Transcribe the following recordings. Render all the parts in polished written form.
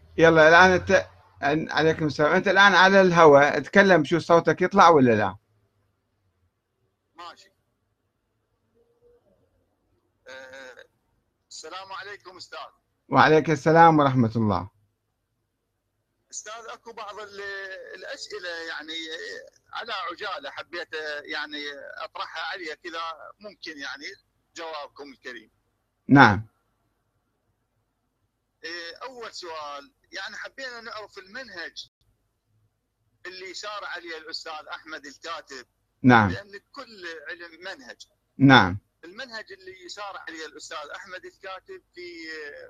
يلا الآن أنت. عليكم السلام. أنت الآن على الهواء، اتكلم، شو صوتك يطلع ولا لا؟ ماشي. السلام عليكم استاذ. وعليك السلام ورحمة الله. استاذ اكو بعض الاسئله يعني على عجاله حبيت يعني اطرحها عليها كذا، ممكن يعني جوابكم الكريم. نعم. اول سؤال، يعني حبينا نعرف المنهج اللي سار عليه الاستاذ احمد الكاتب، نعم. لان كل علم منهج. نعم. المنهج اللي سار عليه الاستاذ احمد الكاتب في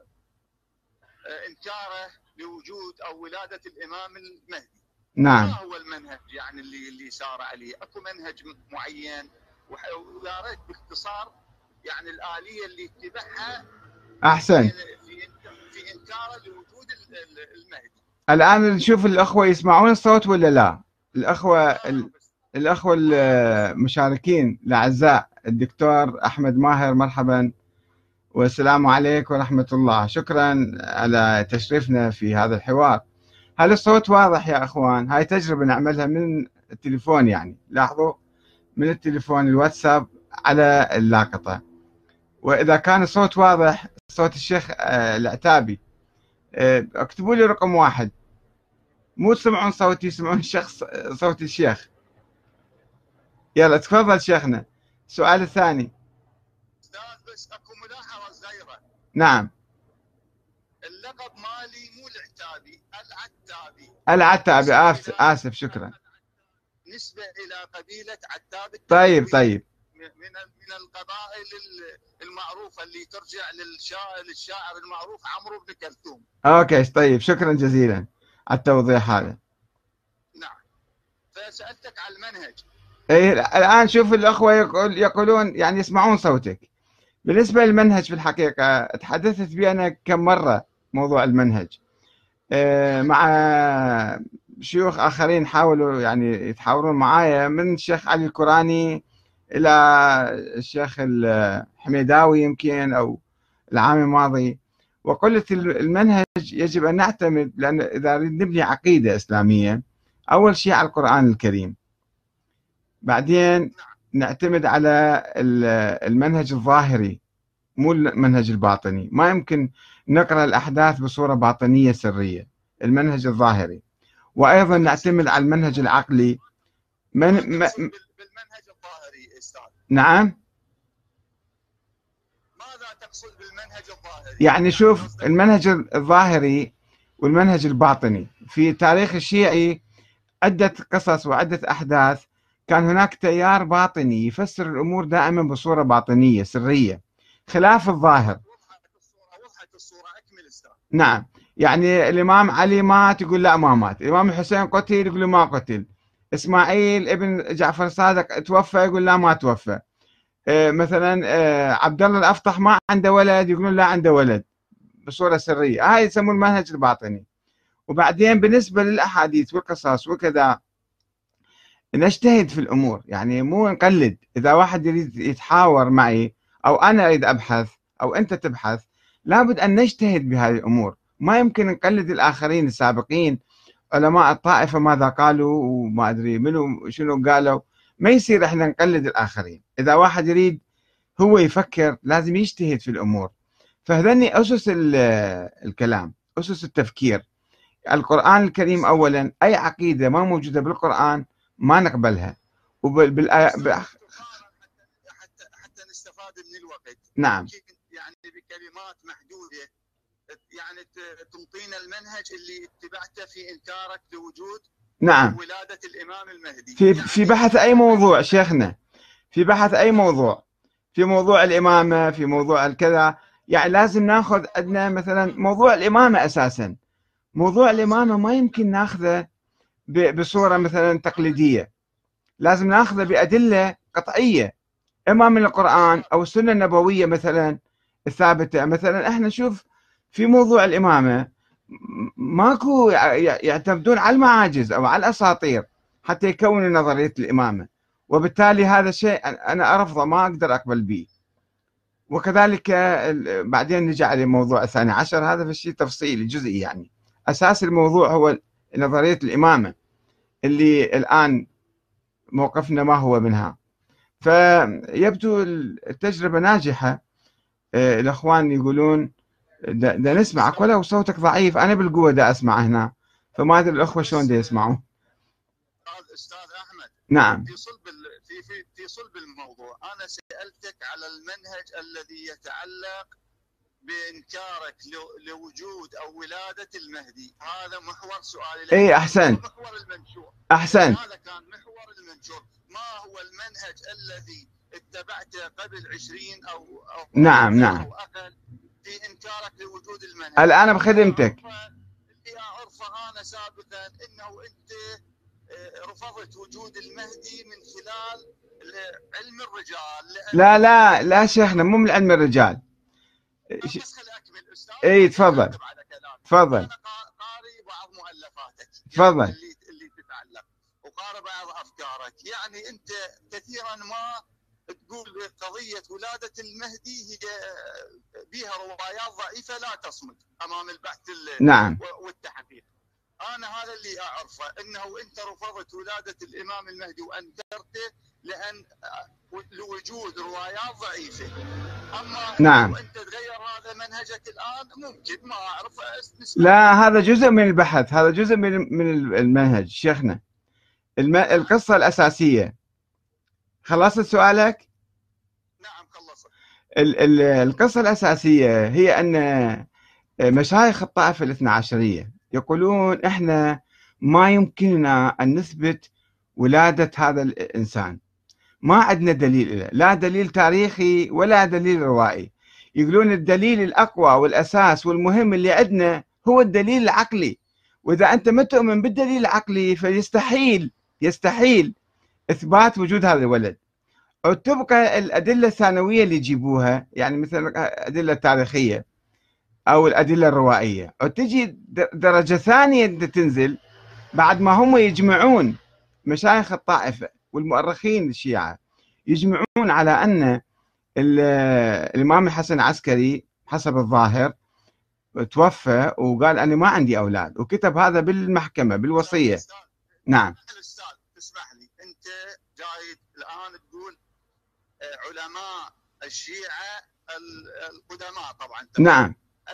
انكاره لوجود او ولاده الامام المهدي. ما نعم. هو المنهج يعني اللي سار عليه؟ اكو منهج معين؟ ويا ريت باختصار يعني الاليه اللي اتبعها أحسن. في انكاره لوجود المهدي. الآن نشوف الأخوة يسمعون الصوت ولا لا؟ الأخوة بس الأخوة بس المشاركين الأعزاء، الدكتور أحمد ماهر، مرحبا والسلام عليكم ورحمة الله. شكرا على تشريفنا في هذا الحوار. هل الصوت واضح يا أخوان؟ هاي تجربة نعملها من التليفون، يعني لاحظوا، من التليفون الواتساب على اللاقطة. وإذا كان الصوت واضح، صوت الشيخ العتابي، اكتبوا لي رقم واحد. مو تسمعون صوتي، يسمعون الشخص صوت الشيخ. يلا تفضل شيخنا. السؤال الثاني. استاذ بس اكو ملاحظه صغيره. نعم. اللقب مالي مو العتابي، العتابي. العتابي، نسبه آسف الى آسف، شكرا. نسبه الى قبيله عتاب طيب التميمي، طيب. من القبائل المعروفه اللي ترجع للشاعر المعروف عمرو بن كلثوم. أوكي طيب، شكرا جزيلا على التوضيح هذا. نعم. فسالتك على المنهج. إيه، الآن شوف الأخوة يقولون يعني يسمعون صوتك. بالنسبة للمنهج، في الحقيقة تحدثت به أنا كم مرة، موضوع المنهج مع شيوخ آخرين حاولوا يعني يتحاورون معايا، من الشيخ علي الكوراني إلى الشيخ الحميداوي يمكن، أو العام الماضي. وقلت المنهج يجب أن نعتمد، لأن إذا نريد نبني عقيدة إسلامية، أول شيء على القرآن الكريم، بعدين نعتمد على المنهج الظاهري، مو المنهج الباطني. ما يمكن نقرأ الأحداث بصورة باطنية سرية، المنهج الظاهري. وأيضا نعتمد على المنهج العقلي. ما تقصد بالمنهج الظاهري استاذ؟ نعم. ماذا تقصد بالمنهج الظاهري؟ يعني شوف، المنهج الظاهري والمنهج الباطني في تاريخ الشيعي عدة قصص وعدة أحداث كان هناك تيار باطني يفسر الأمور دائما بصورة باطنية سرية، خلاف الظاهر. وضحت الصوره. اكمل استاذ. نعم. يعني الإمام علي مات، يقول لا ما مات. الإمام الحسين قتل، يقول ما قتل. إسماعيل ابن جعفر الصادق توفى، يقول لا ما توفى. مثلا عبد الله الأفطح ما عنده ولد، يقولون لا عنده ولد، بصورة سرية. هاي يسمون المنهج الباطني. وبعدين بالنسبة للأحاديث والقصص وكذا، نجتهد في الأمور، يعني مو نقلد. إذا واحد يريد يتحاور معي، أو أنا أريد أبحث، أو أنت تبحث، لابد أن نجتهد بهذه الأمور. ما يمكن نقلد الآخرين السابقين، علماء الطائفة ماذا قالوا وما أدري منو شنو قالوا. ما يصير إحنا نقلد الآخرين. إذا واحد يريد هو يفكر، لازم يجتهد في الأمور. فهذني أسس الكلام، أسس التفكير. القرآن الكريم أولا. أي عقيدة ما موجودة بالقرآن ما نقبلها. اختصارا حتى نستفاد من الوقت. نعم. يعني بكلمات محدوده يعني تنطينا المنهج اللي اتبعته في انكارك لوجود نعم. ولاده الامام المهدي. في بحث أي موضوع شيخنا، في بحث أي موضوع، في موضوع الإمامة، في موضوع الكذا، يعني لازم ناخذ عندنا مثلا موضوع الإمامة. أساسا موضوع الإمامة ما يمكن ناخذه بصورة مثلا تقليدية، لازم ناخذه بأدلة قطعية، إما من القرآن أو السنة النبوية مثلا الثابتة. مثلا احنا نشوف في موضوع الإمامة ماكو يعتمدون على المعاجز أو على الأساطير حتى يكونوا نظرية الإمامة، وبالتالي هذا الشيء أنا أرفضه، ما أقدر أقبل به. وكذلك بعدين نجي على موضوع الثاني عشر، هذا في شيء تفصيلي جزئي يعني. أساس الموضوع هو نظرية الإمامة اللي الآن موقفنا ما هو منها. فيبدو التجربة ناجحة. الأخوان يقولون دا نسمعك ولو صوتك ضعيف، أنا بالقوة دا أسمع هنا، فما أدري الأخوة شلون دا يسمعون. استاذ احمد، نعم. في صلب الموضوع انا سالتك على المنهج الذي يتعلق بانكارك لوجود او ولاده المهدي، هذا محور سؤالي. اي احسنت. محور المنشور. احسنت. هذا كان محور المنشور. ما هو المنهج الذي اتبعته قبل 20 او نعم أو اقل في انكارك لوجود المنهج؟ الان بخدمتك. اللي اعرفه انا سابقا انه انت رفضت وجود المهدي من خلال علم الرجال. لا شيخنا، مو من علم الرجال. بس خلي اكمل استاذ. اي تفضل. تفضل. انا قاري بعض مؤلفاتك. تفضل. اللي تتعلق، وقاري بعض افكارك. يعني انت كثيرا ما تقول قضيه ولاده المهدي هي بها روايات ضعيفه لا تصمد امام البحث نعم والتحقيق. انا هذا اللي اعرفه، انه انت رفضت ولاده الامام المهدي وانكرته لان لوجود روايات ضعيفه. اما نعم. انت تغير هذا منهجك الان ممكن، ما اعرف. لا، هذا جزء من البحث، هذا جزء من المنهج شيخنا. القصه الاساسيه. خلصت سؤالك؟ نعم خلصت. القصه الاساسيه هي ان مشايخ الطائفه الاثنا عشريه يقولون احنا ما يمكننا ان نثبت ولاده هذا الانسان، ما عندنا دليل له، لا دليل تاريخي ولا دليل روائي. يقولون الدليل الاقوى والاساس والمهم اللي عندنا هو الدليل العقلي، واذا انت ما تؤمن بالدليل العقلي يستحيل اثبات وجود هذا الولد. وتبقى الادله الثانويه اللي يجيبوها، يعني مثل الادله التاريخيه او الادله الروائيه، وتجي درجه ثانيه تنزل بعد ما هم يجمعون مشايخ الطائفه والمؤرخين الشيعه يجمعون على ان الامام الحسن العسكري حسب الظاهر توفى وقال انا ما عندي اولاد، وكتب هذا بالمحكمه بالوصيه. نعم. الاستاذ تسمح لي، انت جاي الان تقول علماء الشيعه القدماء طبعا نعم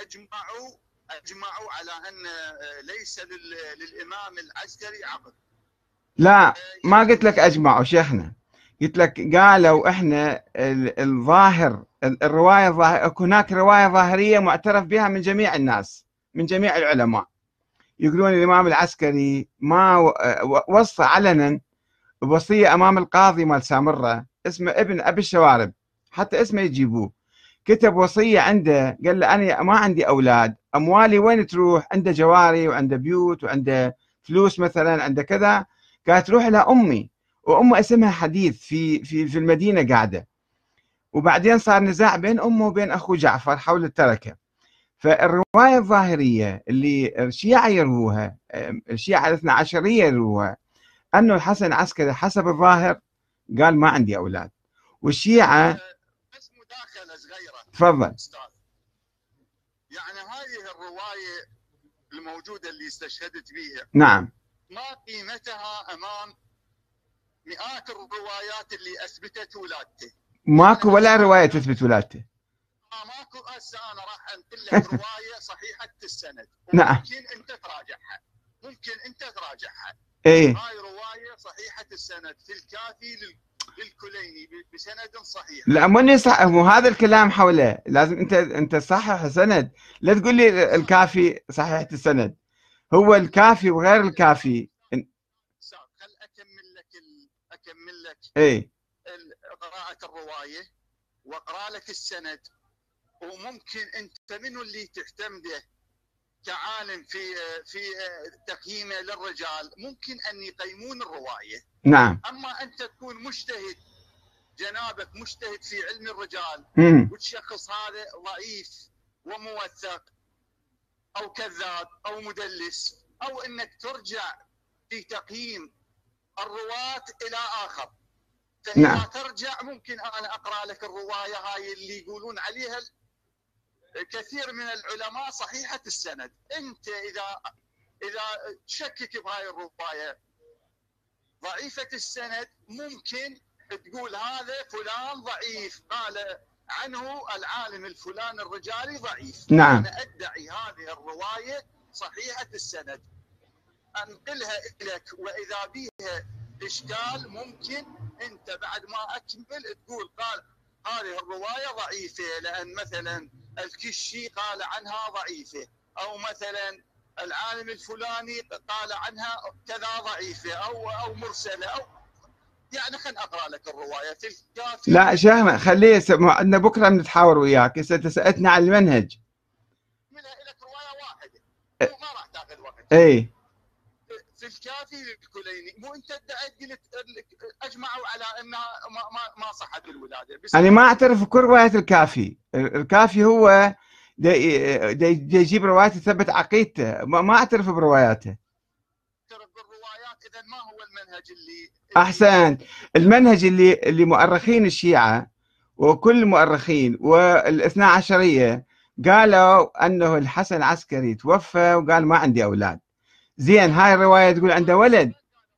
اجمعوا على ان ليس للامام العسكري عقد. لا، ما قلت لك اجمعوا شيخنا، قلت لك قالوا احنا الظاهر الروايه هناك روايه ظاهريه معترف بها من جميع الناس، من جميع العلماء، يقولون الامام العسكري ما وصى علنا بوصيه امام القاضي مال سامره اسمه ابن ابي الشوارب، حتى اسمه يجيبوه، كتب وصيه عنده قال له انا ما عندي اولاد، اموالي وين تروح؟ عنده جواري وعنده بيوت وعنده فلوس مثلا، عنده كذا، قالت روح لامي، وامه اسمها حديث في المدينه قاعده. وبعدين صار نزاع بين امه وبين اخوه جعفر حول التركه. فالروايه الظاهريه اللي الشيعه يروها، الشيعه الاثنا عشريه يروها، انه الحسن العسكري حسب الظاهر قال ما عندي اولاد، والشيعه. بس مداخله صغيره. تفضل استاذ. يعني هذه الروايه الموجوده اللي استشهدت بها، نعم، ما قيمتها امام مئات الروايات اللي اثبتت ولادته؟ ماكو ولا روايه تثبت ولادته. ماكو. هسه انا راح انقل لك روايه صحيحه السند، نعم، ممكن انت تراجعها. ايه، هاي روايه صحيحه السند في الكافي للكليني بسند صحيح. لا ماني صح، مو هذا الكلام حوله، لازم انت تصحح السند، لا تقول لي الكافي صحيحه السند، هو الكافي وغير الكافي. خل اكمل لك ايه قراءه الروايه واقرا لك السند، وممكن انت منو اللي تعتمده كعالم في تقييمه للرجال، ممكن ان يقيمون الروايه. نعم. اما انت تكون مجتهد، جنابك مجتهد في علم الرجال، وتشخص هذا ضعيف وموثق او كذاب او مدلس، او انك ترجع في تقييم الرواة الى اخر. فاذا نعم. ترجع ممكن انا اقرا لك الروايه هاي اللي يقولون عليها كثير من العلماء صحيحه السند. انت اذا اذا تشكك بهاي الروايه ضعيفه السند ممكن تقول هذا فلان ضعيف، قال عنه العالم الفلاني الرجالي ضعيف. نعم. انا ادعي هذه الروايه صحيحه السند، انقلها لك، واذا بيها اشكال ممكن انت بعد ما اكمل تقول قال هذه الروايه ضعيفه لان مثلا الكشي قال عنها ضعيفه، او مثلا العالم الفلاني قال عنها كذا ضعيفه او مرسله، او يعني خليني اقرا لك الروايه في الكافي. لا شيخنا خليه عندنا بكره بنتحاور وياك، هسه انت سالتنا عن المنهج. منها لك روايه واحده ما راح تاخذ وقت. اي في الكافي للكليني، مو انت ادعيت قلت اجمعوا على انها ما صحت الولاده. انا ما اعترف بكل روايات الكافي. الكافي هو يجيب روايات تثبت عقيدته، ما اعترف برواياته. اعترف بالروايات، اذا ما هو المنهج اللي احسن المنهج اللي مؤرخين الشيعه وكل المؤرخين والاثنا عشريه قالوا انه الحسن العسكري توفى وقال ما عندي اولاد. زين هاي الروايه تقول عنده ولد.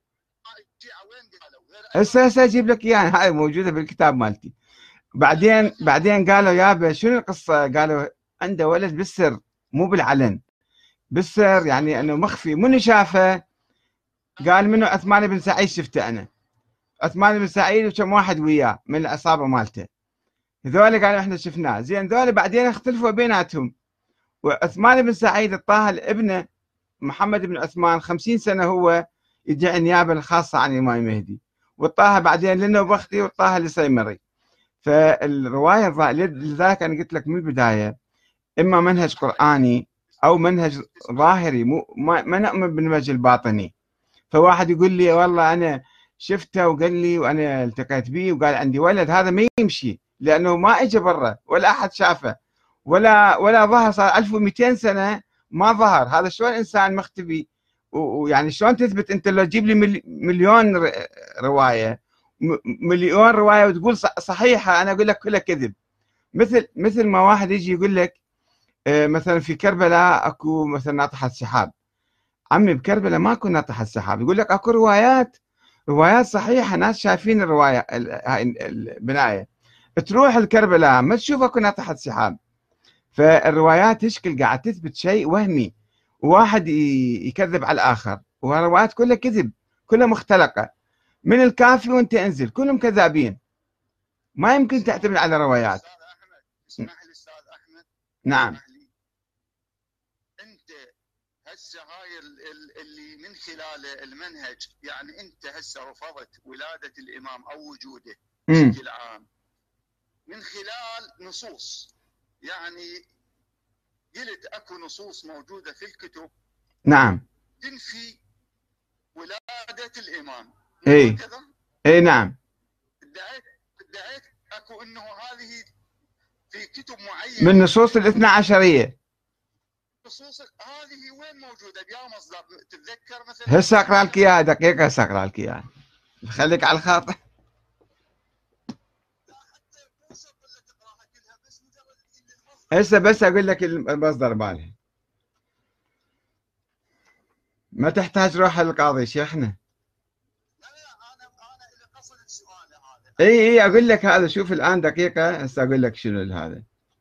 هسه اجيب لك اياها، هاي موجوده بالكتاب مالتي. بعدين قالوا يابا شنو القصه؟ قالوا عنده ولد بالسر مو بالعلن، بالسر يعني انه مخفي. منو شافه؟ قال منه عثمان بن سعيد شفته انا، عثمان بن سعيد وكم واحد وياه من العصابه مالته، هذول قالوا احنا شفناه. زين ذول بعدين اختلفوا بيناتهم، وعثمان بن سعيد الطاهل ابنه محمد بن عثمان 50 سنه هو يدعي النيابه الخاصه عن الامام المهدي، والطاهر بعدين للنوبختي والطاهر للسيمري. فالروايه لذلك انا قلت لك من البدايه اما منهج قراني او منهج ظاهري، ما نؤمن بالمنهج الباطني. فواحد يقول لي والله انا شفته وقال لي وانا التقيت به وقال عندي ولد، هذا ما يمشي، لانه ما اجى برا ولا احد شافه ولا ظهر، صار 1200 سنه ما ظهر. هذا شلون انسان مختفي؟ ويعني شلون تثبت انت لو تجيب لي مليون روايه، مليون روايه وتقول صحيحه، انا اقول لك كلها كذب. مثل ما واحد يجي يقول لك مثلا في كربلاء اكو مثلا ناطحه سحاب. عمي بكربلاء ماكو ناطحه سحاب، يقول لك اكو روايات صحيحه، ناس شايفين الروايه هاي البنايه. تروح الكربلاء ما تشوف اكو ناطحه سحاب. فالروايات تشكل قاعد تثبت شيء وهمي، وواحد يكذب على الاخر، والروايات كلها كذب، كلها مختلقه. من الكافي وانت انزل كلهم كذابين، ما يمكن تعتمد على روايات. استاذ احمد اسمح لي استاذ احمد. نعم. انت هسه هاي اللي من خلال المنهج، يعني انت هسه رفضت ولاده الامام او وجوده بشكل عام من خلال نصوص، يعني قلت اكو نصوص موجوده في الكتب نعم تنفي ولاده الامام. اي نعم. ادعيت اكو انه هذه في كتب معينه من نصوص الاثنا عشريه. نصوص هذه وين موجوده؟ بيا مصدر تتذكر مثلا؟ هسه اقرا لك اياها دقيقه، هسه اقرا لك اياها، خليك على الخط. هسه بس اقول لك المصدر مالها، ما تحتاج روح للقاضي شيخنا. لا انا اللي قصد السؤال هذا. اي اقول لك هذا، شوف الان دقيقه هسه اقول لك شنو هذا.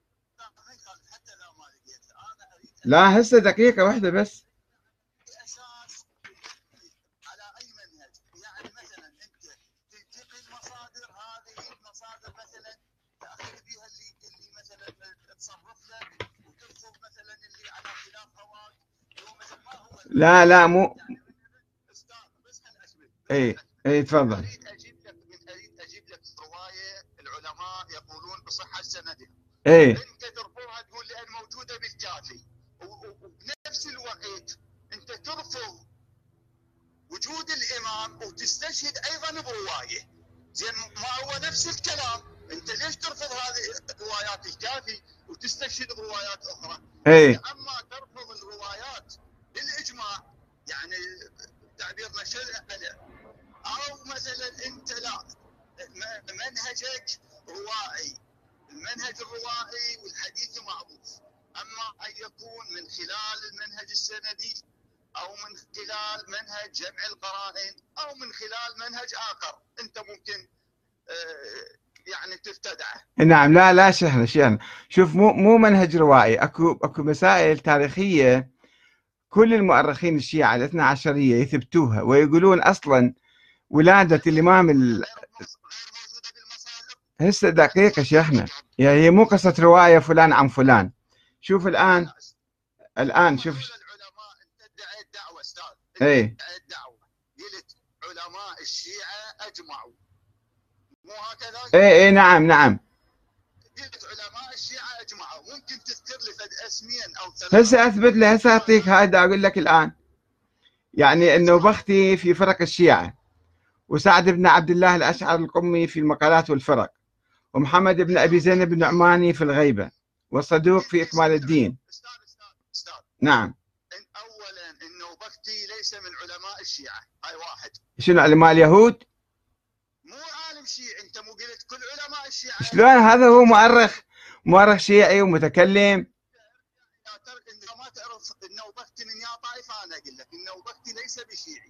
لا هسه دقيقه واحده بس. اساس على اي منهج؟ يعني مثلا انت تلتقي المصادر، هذه المصادر مثلا تاخذ بها اللي مثلا تصرف لك وترفض مثلا اللي على خلاف هواك. مثلا ما هو لا مو يعني استاذ بس خليني اشبه. اي تفضل. اريد اجيب لك روايه العلماء يقولون بصحه سندها. انت ترفضها تقول لان موجوده بالكافي، وبنفس الوقت انت ترفض وجود الامام وتستشهد ايضا بروايه. زين ما هو نفس الكلام؟ انت ليش ترفض هذه روايات الكافي وتستشهد بروايات اخرى؟ اما ترفض الروايات بالاجماع، يعني تعبيرنا شرعي، او مثلا انت لا منهجك روائي، المنهج الروائي والحديث معروف، اما ان يكون من خلال المنهج السندي او من خلال منهج جمع القرائن او من خلال منهج اخر انت ممكن يعني تبتدعه. نعم. لا شيخنا شوف، مو منهج روائي، اكو مسائل تاريخيه كل المؤرخين الشيعة الاثنا عشرية يثبتوها ويقولون اصلا ولادة الامام غير موجوده بالمصادر. هسه دقيقة شيخنا، يعني هي مو قصة رواية فلان عن فلان. شوف الآن شوف. العلماء انت ادعيت دعوة استاذ، اي ادعيت دعوة، قلت علماء الشيعة اجمعوا، مو هكذا؟ اي نعم. قلت علماء الشيعة اجمعوا، ممكن تذكر لي فد اسمين او ثلاثة؟ هسه اثبت لي، هسه اعطيك، هذا اقول لك الآن. يعني النوبختي في فرق الشيعة، وسعد بن عبد الله الأشعر القمي في المقالات والفرق، ومحمد بن أبي زينب النعماني في الغيبة، والصدوق في إكمال الدين. استاذ نعم. اولا النوبختي ليس من علماء الشيعة، هاي واحد. شنو علماء اليهود؟ مو عالم شيعي، انت مو قلت كل علماء الشيعة؟ شلون هذا هو مؤرخ شيعي ومتكلم. انت ما تعرف النوبختي من يا طائفة، انا اقول لك النوبختي ليس بشيعي.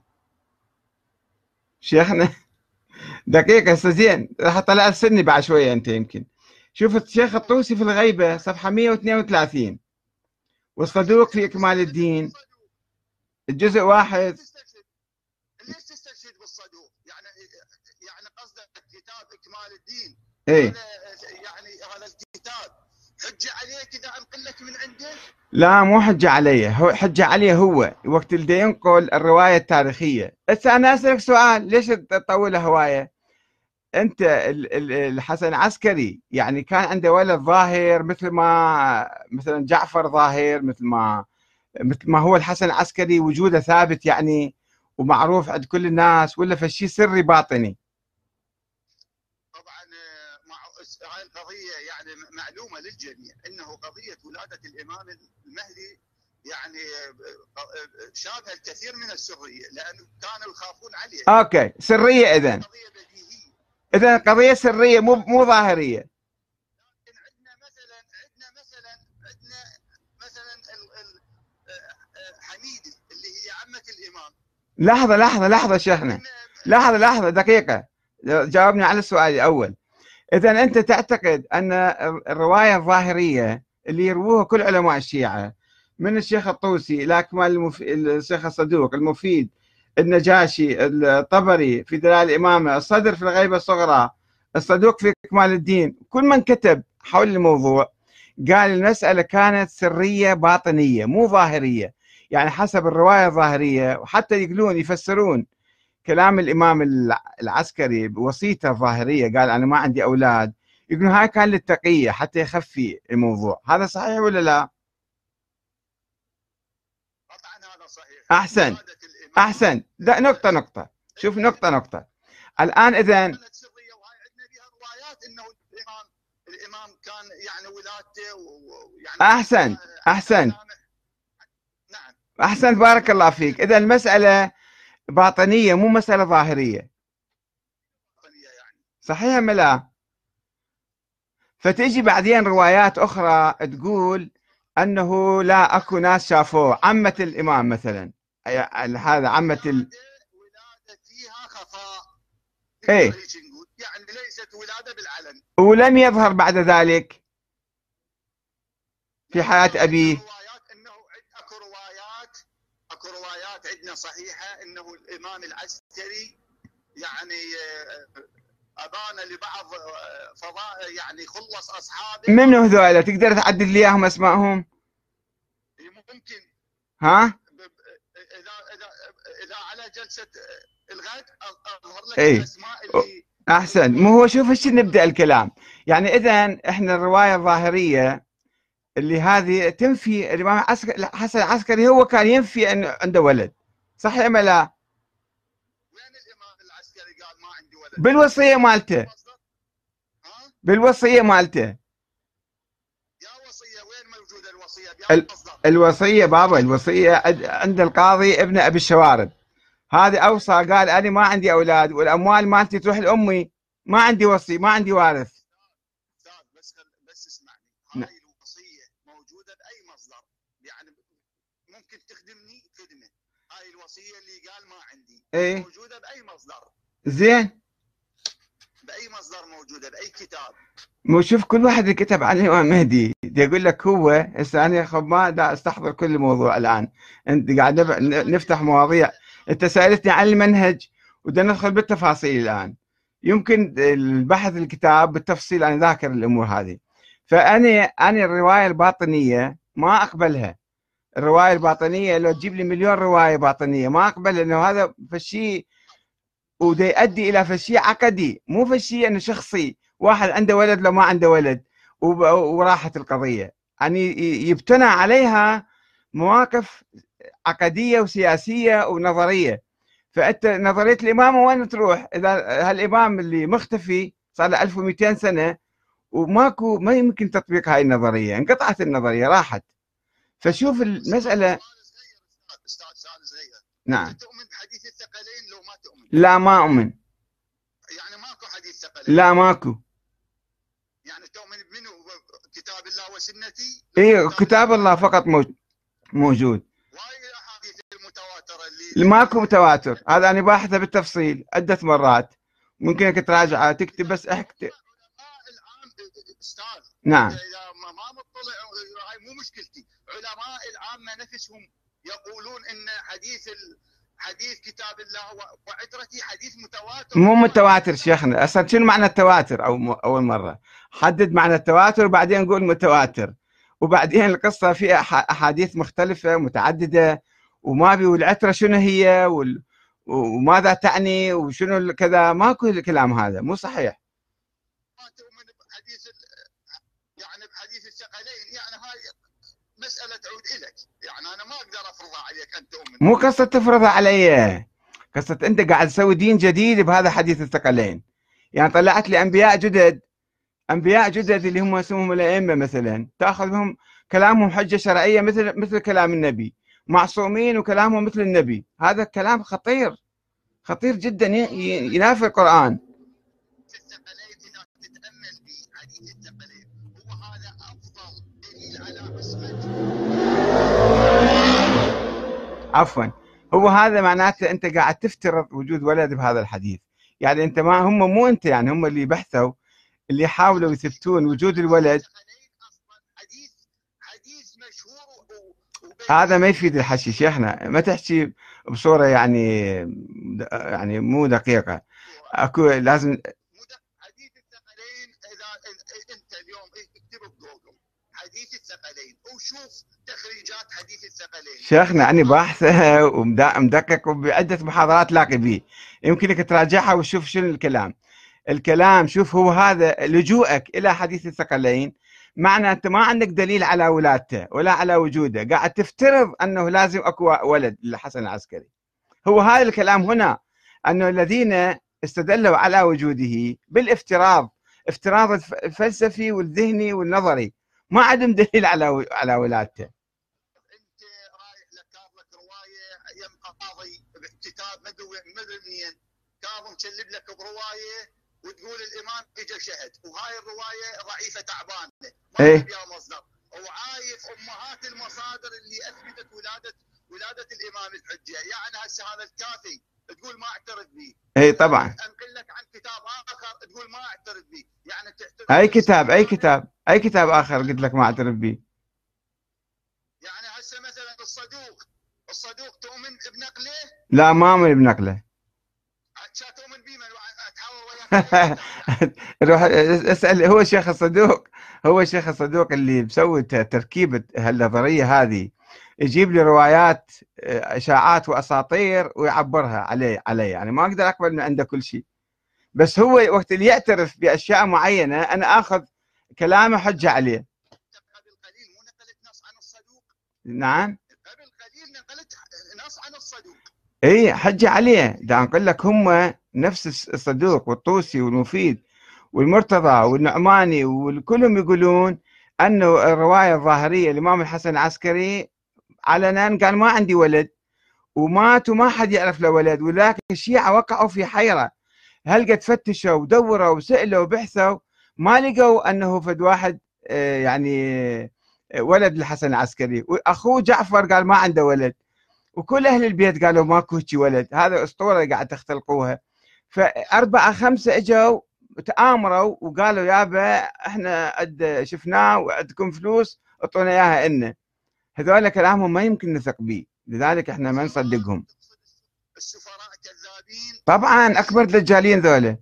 شيخنا دقيقة هسه زين، راح اطلع السني بعد شوية انت يمكن. شوف الشيخ الطوسي في الغيبة صفحة 132، والصدوق في إكمال الدين الجزء 1. ليش تستشهد بالصدوق؟ يعني قصدك كتاب إكمال الدين؟ ايه يعني هذا الكتاب حجة عليك إذا أنقل لك من عنده؟ لا مو حجة عليه، هو حجة عليه هو وقت اللي ينقل الرواية التاريخية. هسه أنا أسألك سؤال، ليش تطول هواية؟ أنت الحسن العسكري يعني كان عنده ولد ظاهر مثل ما مثلا جعفر ظاهر، مثل ما هو الحسن العسكري وجوده ثابت يعني ومعروف عند كل الناس، ولا فشي سري باطني؟ طبعا هاي القضية يعني معلومة للجميع انه قضية ولادة الامام المهدي يعني شابها الكثير من السرية، لانه كانوا يخافون عليه. اوكي سرية اذا. قضية بديهية. اذا قضية سرية مو ظاهرية. لكن عندنا مثلا حميدي اللي هي عمة الامام. لحظة شيخنا، لحظة دقيقة، جاوبني على السؤال الأول. إذا أنت تعتقد أن الرواية الظاهرية اللي يرووها كل علماء الشيعة من الشيخ الطوسي إلى أكمل الشيخ الصدوق، المفيد، النجاشي، الطبري في دلال الإمامة، الصدر في الغيبة الصغرى، الصدوق في إكمال الدين، كل من كتب حول الموضوع قال المسألة كانت سرية باطنية مو ظاهرية، يعني حسب الرواية الظاهرية، وحتى يقولون يفسرون كلام الإمام العسكري بوصيته الظاهرية، قال أنا ما عندي أولاد، يقولون هاي كان للتقية حتى يخفي الموضوع. هذا صحيح ولا لا؟ طبعا هذا صحيح. أحسن نقطة شوف نقطة الآن. إذا كانت سرية، وهاي عندنا بها روايات انه الامام كان يعني ولادته ويعني أحسن نعم. أحسن بارك الله فيك. إذا المسألة باطنية مو مسألة ظاهرية، يعني. صحيح ولا لا؟ فتجي بعدين روايات أخرى تقول أنه لا أكو ناس شافوه، عمة الإمام مثلا، هذا عمة ولادة فيها خفاء. إيه يعني ليست ولادة بالعلن، ولم يظهر بعد ذلك في حياة أبيه. اكو روايات عندنا صحيحة انه الامام العسكري يعني ابان لبعض فضاء يعني خلص اصحابه. منو هذول؟ تقدر تعدد لي اياهم اسمائهم؟ ممكن. ها؟ اذا على جلسة الغد اظهر لك ايه الاسماء اللي احسن. مو هو شوف ايش نبدا الكلام. يعني اذا احنا الروايه الظاهريه اللي هذه تنفي الامام الحسن العسكري، هو كان ينفي ان عنده ولد، صح ام لا؟ وين الامام العسكري قال ما عندي ولد؟ بالوصيه مالته. بالوصيه مالته. يا وصيه وين موجوده الوصيه؟ الوصيه بابا، الوصيه عند القاضي ابن ابي الشوارب، هذا اوصى قال انا ما عندي اولاد والاموال مالتي تروح لامي، ما عندي وصي، ما عندي وارث. بس اسمعني، هاي الوصيه موجوده باي مصدر؟ يعني ممكن تخدمني خدمه. الوصيه اللي قال ما عندي ايه موجوده باي مصدر؟ زين، باي مصدر موجوده؟ باي كتاب؟ مو شوف كل واحد اللي كتب عن الامام مهدي يقول لك هو هسه انا خب ما دا استحضر كل الموضوع الان، انت قاعد نفتح مواضيع، انت سالتني عن المنهج وبدنا ندخل بالتفاصيل الان، يمكن البحث الكتاب بالتفصيل انا ذاكر الامور هذه. فانا الروايه الباطنيه ما اقبلها، الروايه الباطنيه لو تجيب لي مليون روايه باطنيه ما اقبل، لانه هذا فشي وده يؤدي الى فشي عقدي، مو فشي انه شخصي واحد عنده ولد لو ما عنده ولد وراحت القضيه، يعني يبتنى عليها مواقف عقديه وسياسيه ونظريه. فانت نظريه الامامه وين تروح اذا هالامام اللي مختفي صار له 1200 سنه وماكو ما يمكن تطبيق هاي النظريه، انقطعت النظريه راحت. فشوف المساله. استاذ صغير، نعم. انت تؤمن بحديث الثقلين لو ما تؤمن؟ لا ما اؤمن. يعني ماكو حديث ثقلين؟ لا ماكو. يعني تؤمن بمنو؟ كتاب الله وسنتي؟ اي كتاب الله فقط موجود. وهاي الاحاديث المتواتره اللي ماكو متواتر، هذا انا باحثه بالتفصيل عده مرات، ممكنك تراجعه تكتب بس احكي. علماء العام استاذ، نعم. اذا ما مطلع هاي مو مشكلتي، علماء العامه نفسهم يقولون ان حديث كتاب الله وعترتي حديث متواتر. مو متواتر شيخنا، اصلا شنو معنى التواتر؟ اول مره حدد معنى التواتر وبعدين نقول متواتر، وبعدين القصه فيها احاديث مختلفه متعدده وما بي، والعتره شنو هي وماذا تعني وشنو كذا، ماكو الكلام هذا مو صحيح. ما تؤمن بحديث يعني بحديث الثقلين، يعني هاي مساله تعود الك، يعني انا ما اقدر افرضها عليك ان تؤمن. مو قصه تفرضها علي، قصه انت قاعد تسوي دين جديد بهذا حديث الثقلين. يعني طلعت لي انبياء جدد، انبياء جدد اللي هم اسمهم الائمه مثلا، تاخذ بهم كلامهم حجه شرعيه مثل كلام النبي، معصومين وكلامهم مثل النبي، هذا الكلام خطير، خطير جدا ينافي القران. الثقلين اذا تتامل في حديث الثقلين هو هذا افضل دليل على عصمه. عفوا، هو هذا معناته انت قاعد تفترض وجود ولد بهذا الحديث، يعني انت ما هم مو انت، يعني هم اللي بحثوا اللي حاولوا يثبتون وجود الولد. حديث مشهور هذا ما يفيد الحكي شيخنا، ما تحكي بصورة يعني مو دقيقة، اكو لازم. حديث الثقلين اذا انت اليوم اكتب بجوجل حديث الثقلين وشوف تخريجات حديث الثقلين. شيخنا أنا باحثها ومدقق وبعدة محاضرات لاقي به، يمكنك تراجعها وتشوف شنو الكلام شوف هو هذا لجوءك إلى حديث الثقلين معنى أنت ما عندك دليل على ولادته ولا على وجوده، قاعد تفترض أنه لازم أكو ولد للحسن العسكري. هو هذا الكلام هنا، أنه الذين استدلوا على وجوده بالافتراض، افتراض الفلسفي والذهني والنظري، ما عندهم دليل على ولادته. انت رايح لك روايه يم قاضي كتاب مدري منين، كاظم تشلب لك بروايه وتقول الامام اجى شهد، وهاي الروايه ضعيفه تعبانه ما فيها مصدر، وعايف امهات المصادر اللي اثبتت ولاده الامام الحجه، يعني هسه هذا الكافي تقول ما اعترف به. اي طبعا. انقل لك عن كتاب اخر تقول ما اعترف به، يعني تعترف اي كتاب اخر قلت لك ما اعترف به. يعني هسه مثلا الصدوق تؤمن بنقله؟ لا ما اؤمن بنقله. تؤمن به من اتحاور وياك؟ روح اسال، هو الشيخ الصدوق اللي مسوي تركيبه هالنظريه هذه، يجيب لي روايات اشاعات واساطير ويعبرها علي يعني ما اقدر اقبل من عنده كل شيء، بس هو وقت اللي يعترف باشياء معينه انا اخذ كلامه حجه عليه. قبل قليل مو نقلت نص عن الصدوق؟ نعم قبل قليل نقلت نص عن الصدوق. اي حجه عليه، دا نقول لك هم نفس الصدوق والطوسي والمفيد والمرتضى والنعماني وكلهم يقولون انه الروايه الظاهريه الامام الحسن العسكري علنا قال ما عندي ولد ومات وما حد يعرف له ولد، ولكن الشيعة وقعوا في حيرة، هل قد فتشوا ودوروا وسألوا وبحثوا ما لقوا أنه فد واحد يعني ولد الحسن العسكري، وأخوه جعفر قال ما عنده ولد، وكل أهل البيت قالوا ماكو هيك ولد، هذا أسطورة قاعد تختلقوها. فأربعة خمسة إجوا تآمروا وقالوا يابا احنا شفناه وعندكم فلوس اعطونا اياها إلنا. هذول كلامهم ما يمكن نثق به، لذلك احنا ما نصدقهم. السفراء كذابين طبعا اكبر دجالين ذولا،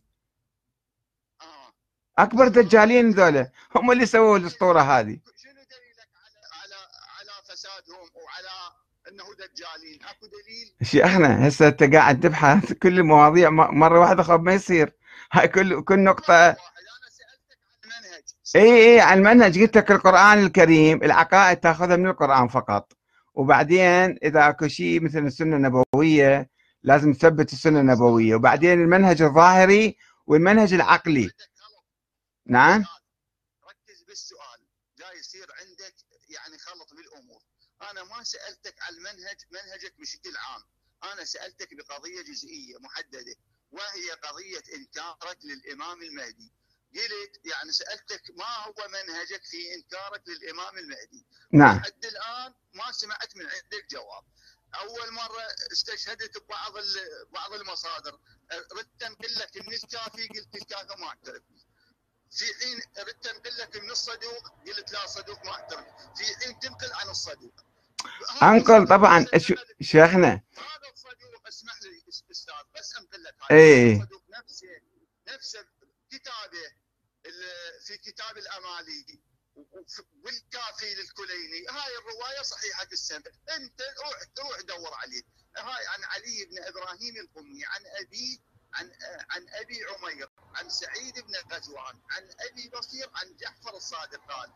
اكبر دجالين ذولا، هم اللي سووا الاسطوره هذه. شنو دليلك على فسادهم وعلى انه دجالين؟ اكو دليل؟ شيخنا هسه انت قاعد تبحث كل المواضيع مره واحده، خب ما يصير. هاي كل نقطه. انا سالتك عن المنهج. اي على المنهج، قلت لك القران الكريم العقائد تاخذها من القران فقط، وبعدين اذا اكو شيء مثل السنه النبويه لازم تثبت السنه النبويه، وبعدين المنهج الظاهري والمنهج العقلي. نعم. ركز بالسؤال، جاي يصير عندك يعني خلط بالامور. انا ما سالتك عن منهجك بشكل عام، انا سالتك بقضيه جزئيه محدده، وهي قضيه انكارك للامام المهدي. قلت يعني سالتك ما هو منهجك في انكارك للامام المهدي؟ نعم. لحد الان ما سمعت من عندك جواب. اول مره استشهدت بعض المصادر، ردت انقل لك من الكافي قلت الكافي ما اعترف، في حين ردت انقل لك من الصدوق قلت لا صدوق ما اعترف، في حين تنقل عن الصدوق. انقل طبعا شيخنا. هذا الصدوق اسمح لي استاذ بس انقل لك هذا الصدوق نفسه كتابه في كتاب الامالي والكافي للكليني، هاي الروايه صحيحه السند، انت روح دور عليه. هاي عن علي بن ابراهيم القمي، عن ابي عن ابي عمير، عن سعيد بن غزوان، عن ابي بصير، عن جعفر الصادق قال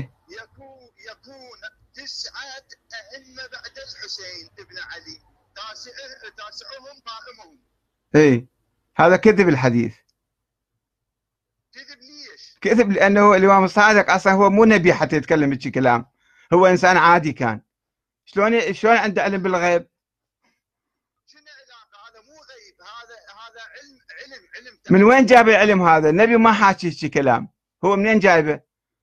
يكون 9 ائمه بعد الحسين بن علي، تاسعهم قائمهم. هذا كذب الحديث. كذب ليش؟ كذب لانه الامام الصادق اصلا هو مو نبي حتى يتكلم هيك كلام، هو انسان عادي كان. شلون عنده علم بالغيب؟ شنو علاقه؟ هذا مو غيب، هذا علم. من وين جاب العلم هذا؟ النبي ما حاكي هيك كلام، هو منين جايبه؟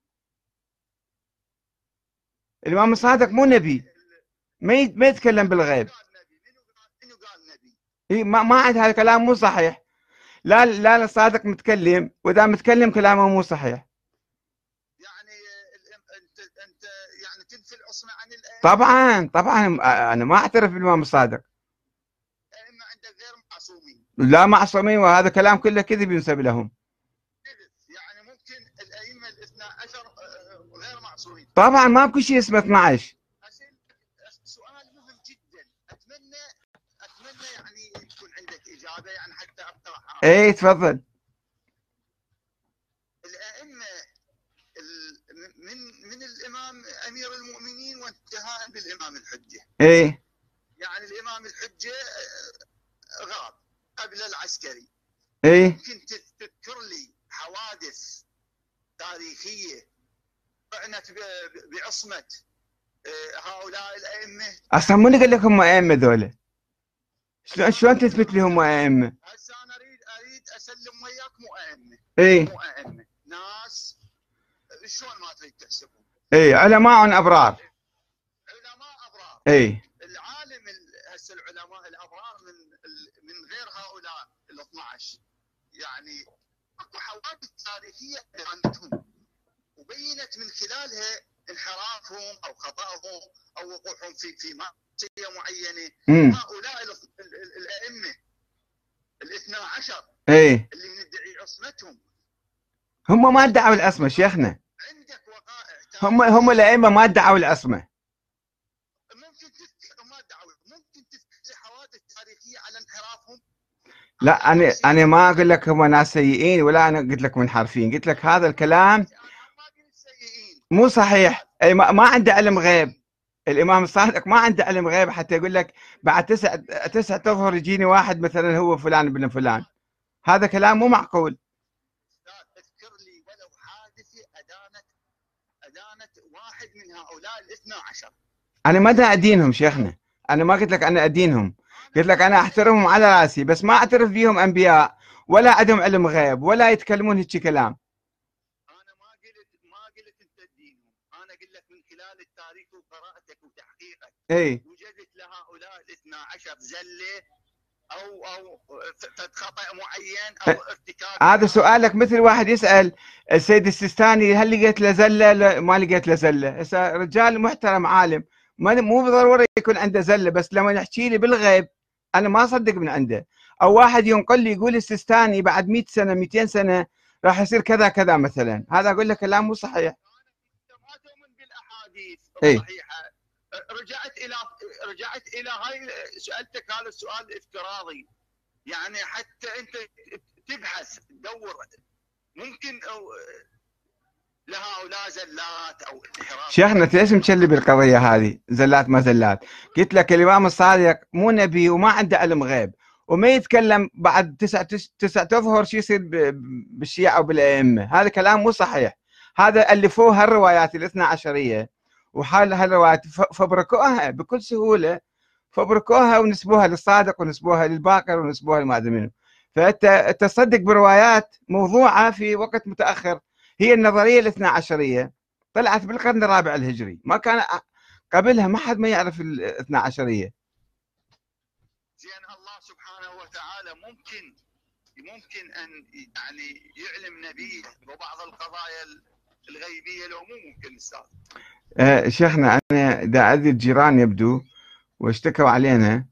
الامام الصادق مو نبي، ما يتكلم بالغيب. منو قال نبي؟ ما عند هذا الكلام مو صحيح. لا الصادق متكلم، واذا متكلم كلامه مو صحيح. يعني انت يعني تنفي العصمه عن الائمه؟ طبعا انا ما اعترف بالامام الصادق. الائمه عندك غير معصومين. لا معصومين، وهذا كلام كله كذب ينسب لهم. يعني ممكن الائمه ال12 غير معصومين؟ طبعا ما بكل شيء اسمه 12. سؤال مهم جدا، اتمنى يعني يكون عندك اجابه يعني حتى اقترحها. تفضل. الائمه من الامام امير المؤمنين وانتهاء بالامام الحجه. يعني الامام الحجه غاب قبل العسكري. ممكن تذكر لي حوادث تاريخيه طعنت بعصمه هؤلاء الائمه؟ اصلا من قال لك هم ائمه ذولا؟ شلون تثبت لي هم ائمه؟ هسه انا اريد اسلم وياك مو ائمه. مو ائمه، ناس شلون ما تريد تحسبهم؟ علماء ابرار. العالم هسه العلماء الابرار من غير هؤلاء ال12، يعني اكو حوادث تاريخيه عنتهم وبينت من خلالها انحرافهم او خطأهم او وقوعهم في معصيه معينه. هؤلاء الائمه ال12 اللي ندعي عصمتهم، هم ما ادعوا العصمه شيخنا. عندك وقائع هم الائمه ما ادعوا العصمه. ممكن تذكر لي حوادث تاريخيه على انحرافهم؟ لا انا ما اقول لك هم ناس سيئين، ولا انا قلت لك منحرفين، قلت لك هذا الكلام مو صحيح. ما عنده علم غيب. الامام الصادق ما عنده علم غيب حتى يقول لك بعد 9 اشهر يجيني واحد مثلا هو فلان ابن فلان. هذا كلام مو معقول. اذكر لي ولو حادثه ادانت واحد من هؤلاء ال12. انا ما ادينهم شيخنا، انا ما قلت لك انا ادينهم، قلت لك انا احترمهم على راسي، بس ما اعترف بيهم انبياء ولا عندهم علم غيب ولا يتكلمون هيك كلام. انا ما قلت انت تدينهم، انا قلت لك من خلال التاريخ وقراءتك وتحقيقك وجدت لهؤلاء 12 زله او خطا معين او ارتكاب. هذا سؤالك مثل واحد يسال السيد السيستاني هل لقيت له زله؟ لا ما لقيت له زله. هسه رجال محترم عالم مو بالضروره يكون عنده زله، بس لما يحكي لي بالغيب انا ما اصدق من عنده. او واحد ينقل لي يقول السيستاني بعد 100 سنه 200 سنه راح يصير كذا كذا مثلا، هذا اقول لك كلام مو صحيح. ما تؤمن بالاحاديث اي الصحيحه. رجعت الى هاي سالتك هذا السؤال افتراضي، يعني حتى انت تبحث تدور ممكن أو لهؤلاء زلات او انحراف. شيخنا ليش مشلي بالقضيه هذه زلات ما زلات؟ قلت لك الامام الصادق مو نبي وما عنده علم غيب، وما يتكلم بعد تسعة أظهر شو يصير بالشيعة وبالأئمة. هذا كلام مو صحيح. هذا ألفوه هالروايات الاثنى عشرية، وحال هالروايات فبركوها بكل سهولة، فبركوها ونسبوها للصادق ونسبوها للباقر ونسبوها لما أدري منه. فأنت تصدق بروايات موضوعة في وقت متأخر. هي النظرية الاثنى عشرية طلعت بالقرن الرابع الهجري، ما كان قبلها ما حد ما يعرف الاثنى عشرية. زين الله سبحانه وتعالى ممكن ان يعني يعلم نبيه ببعض القضايا الغيبيه، لو مو ممكن استاذ؟ شيخنا انا دا اذي الجيران يبدو واشتكوا علينا،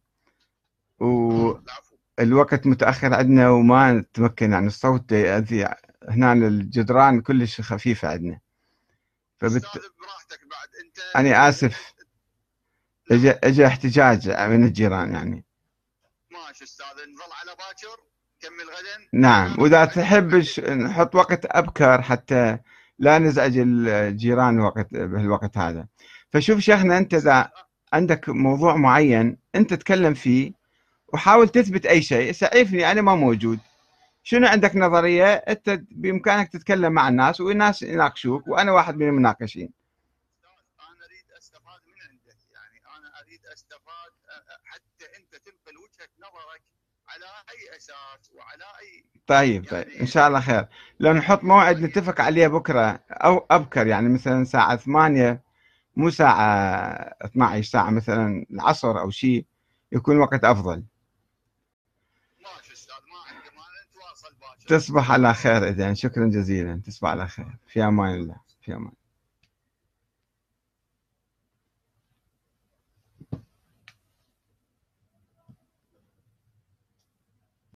والوقت متاخر عندنا وما نتمكن عن الصوت يأذي هنا الجدران كلش خفيفه عندنا. براحتك بعد انت. انا اسف، اجى احتجاج من الجيران يعني. ماشي استاذ، نظل على باكر كمل غدا. نعم، واذا تحب نحط وقت ابكر حتى لا نزعج الجيران بهالوقت هذا. فشوف شيخنا، انت اذا عندك موضوع معين انت تتكلم فيه وحاول تثبت اي شيء. سعيفني انا ما موجود، شنو عندك نظريه انت بامكانك تتكلم مع الناس والناس يناقشوك، وانا واحد من المناقشين. انا اريد استفاد من عندك، يعني انا اريد استفاد حتى انت تنقل وجهه نظرك على اي اساس وعلى اي. طيب يعني ان شاء الله خير. لو نحط موعد نتفق عليه بكره او ابكر، يعني مثلا ساعه 8 مو ساعه 12 ساعه مثلا العصر او شيء، يكون وقت افضل. ماشي استاذ، ما عندي مانع، نتواصل باكر. تصبح على خير اذا، شكرا جزيلا، تصبح على خير، في امان الله، في امان.